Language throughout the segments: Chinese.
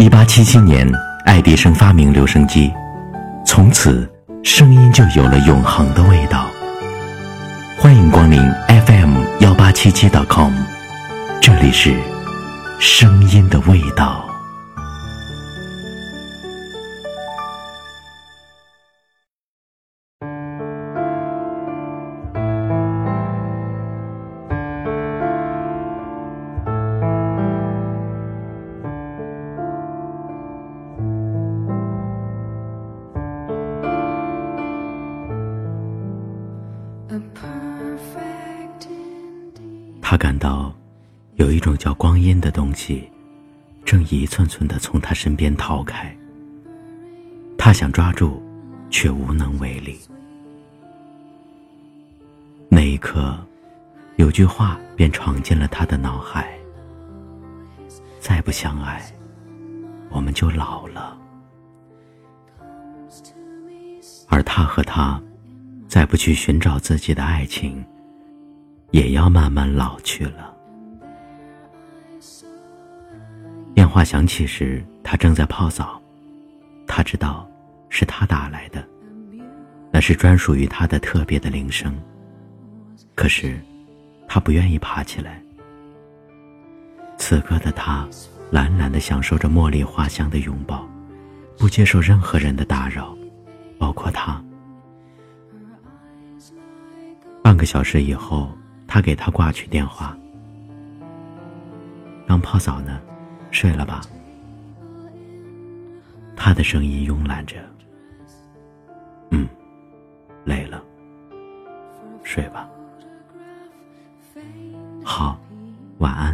1877年，爱迪生发明留声机，从此声音就有了永恒的味道。欢迎光临 FM1877.com， 这里是声音的味道。他感到有一种叫光阴的东西正一寸寸地从他身边逃开，他想抓住却无能为力。那一刻，有句话便闯进了他的脑海：再不相爱，我们就老了。而他和她再不去寻找自己的爱情，也要慢慢老去了。电话响起时，他正在泡澡，他知道是他打来的，那是专属于他的特别的铃声。可是他不愿意爬起来。此刻的他懒懒地享受着茉莉花香的拥抱，不接受任何人的打扰，包括他。半个小时以后，他给他挂去电话。刚泡澡呢，睡了吧？他的声音慵懒着。累了，睡吧。好，晚安。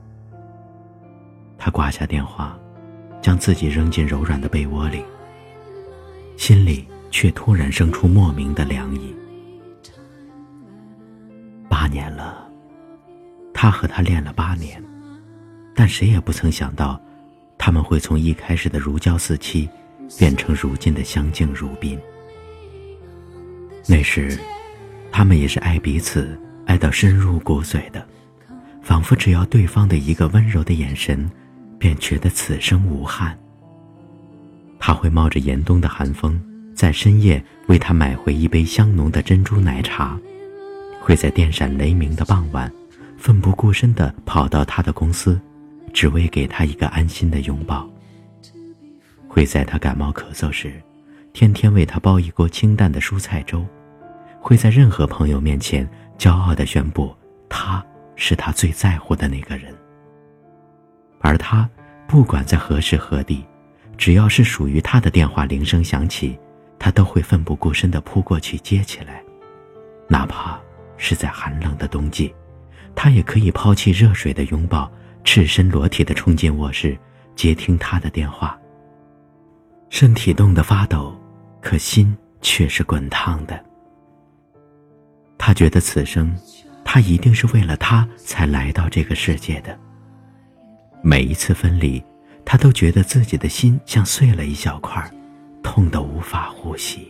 他挂下电话，将自己扔进柔软的被窝里，心里却突然生出莫名的凉意。8年了，他和她恋了8年，但谁也不曾想到，他们会从一开始的如胶似漆，变成如今的相敬如宾。那时，他们也是爱彼此，爱到深入骨髓的，仿佛只要对方的一个温柔的眼神，便觉得此生无憾。他会冒着严冬的寒风，在深夜为他买回一杯香浓的珍珠奶茶，会在电闪雷鸣的傍晚，奋不顾身地跑到他的公司，只为给他一个安心的拥抱。会在他感冒咳嗽时，天天为他煲一锅清淡的蔬菜粥。会在任何朋友面前骄傲地宣布，他是他最在乎的那个人。而他不管在何时何地，只要是属于他的电话铃声响起，他都会奋不顾身地扑过去接起来。哪怕是在寒冷的冬季，他也可以抛弃热水的拥抱，赤身裸体地冲进卧室，接听他的电话。身体冻得发抖，可心却是滚烫的。他觉得此生，他一定是为了他才来到这个世界的。每一次分离，他都觉得自己的心像碎了一小块，痛得无法呼吸。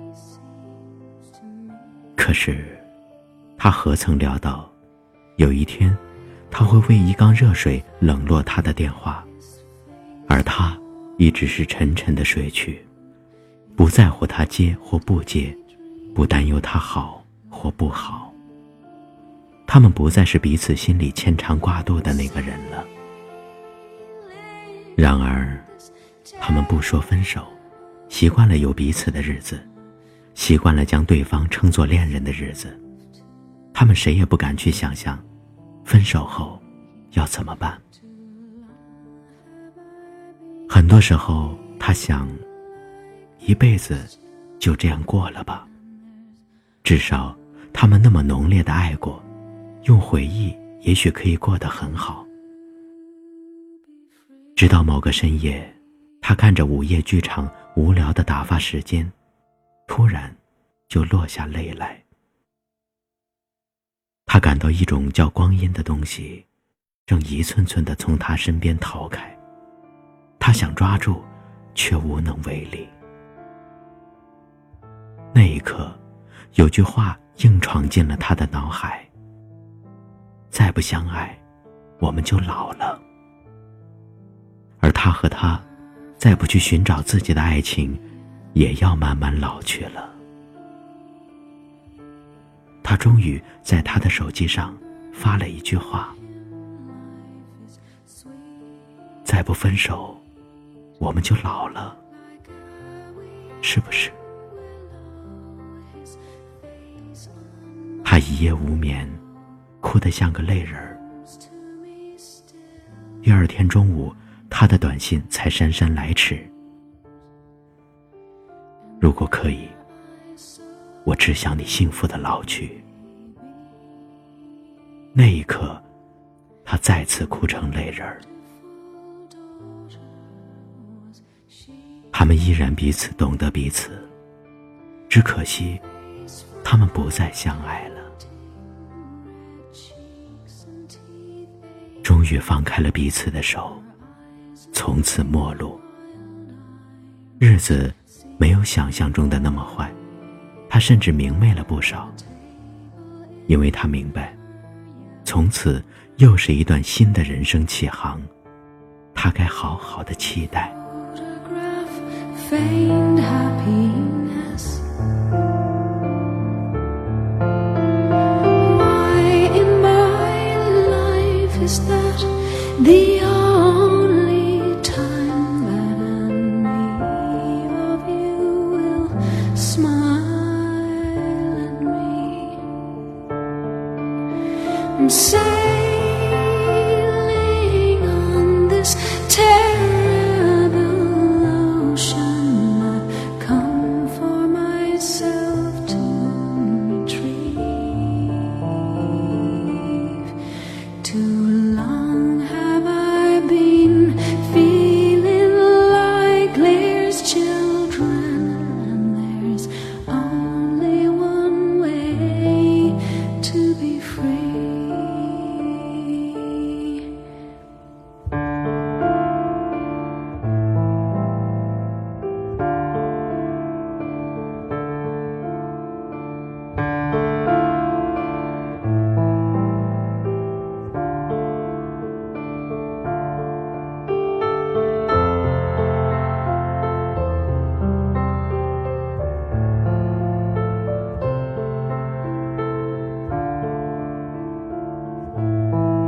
可是他何曾料到，有一天他会为一缸热水冷落他的电话，而他一直是沉沉的睡去，不在乎他接或不接，不担忧他好或不好。他们不再是彼此心里牵肠挂肚的那个人了。然而他们不说分手，习惯了有彼此的日子，习惯了将对方称作恋人的日子。他们谁也不敢去想象，分手后要怎么办。很多时候他想，一辈子就这样过了吧。至少他们那么浓烈的爱过，用回忆也许可以过得很好。直到某个深夜，他看着午夜剧场无聊的打发时间，突然就落下泪来。他感到一种叫光阴的东西正一寸寸地从他身边逃开，他想抓住却无能为力。那一刻，有句话硬闯进了他的脑海：再不相爱，我们就老了。 而他和她再不去寻找自己的爱情，也要慢慢老去了。他终于在他的手机上发了一句话：再不分手，我们就老了，是不是？他一夜无眠，哭得像个泪人儿。第二天中午，他的短信才姗姗来迟。如果可以，我只想你幸福的老去。那一刻，他再次哭成泪人儿。他们依然彼此懂得彼此，只可惜他们不再相爱了。终于放开了彼此的手，从此陌路。日子没有想象中的那么坏，他甚至明媚了不少，因为他明白，从此又是一段新的人生起航，他该好好的期待。 Feigned happiness. Why in my life is that the only time that any of you will smile at me? I'm sailing on this terrible ocean.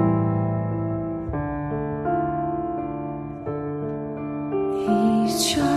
He's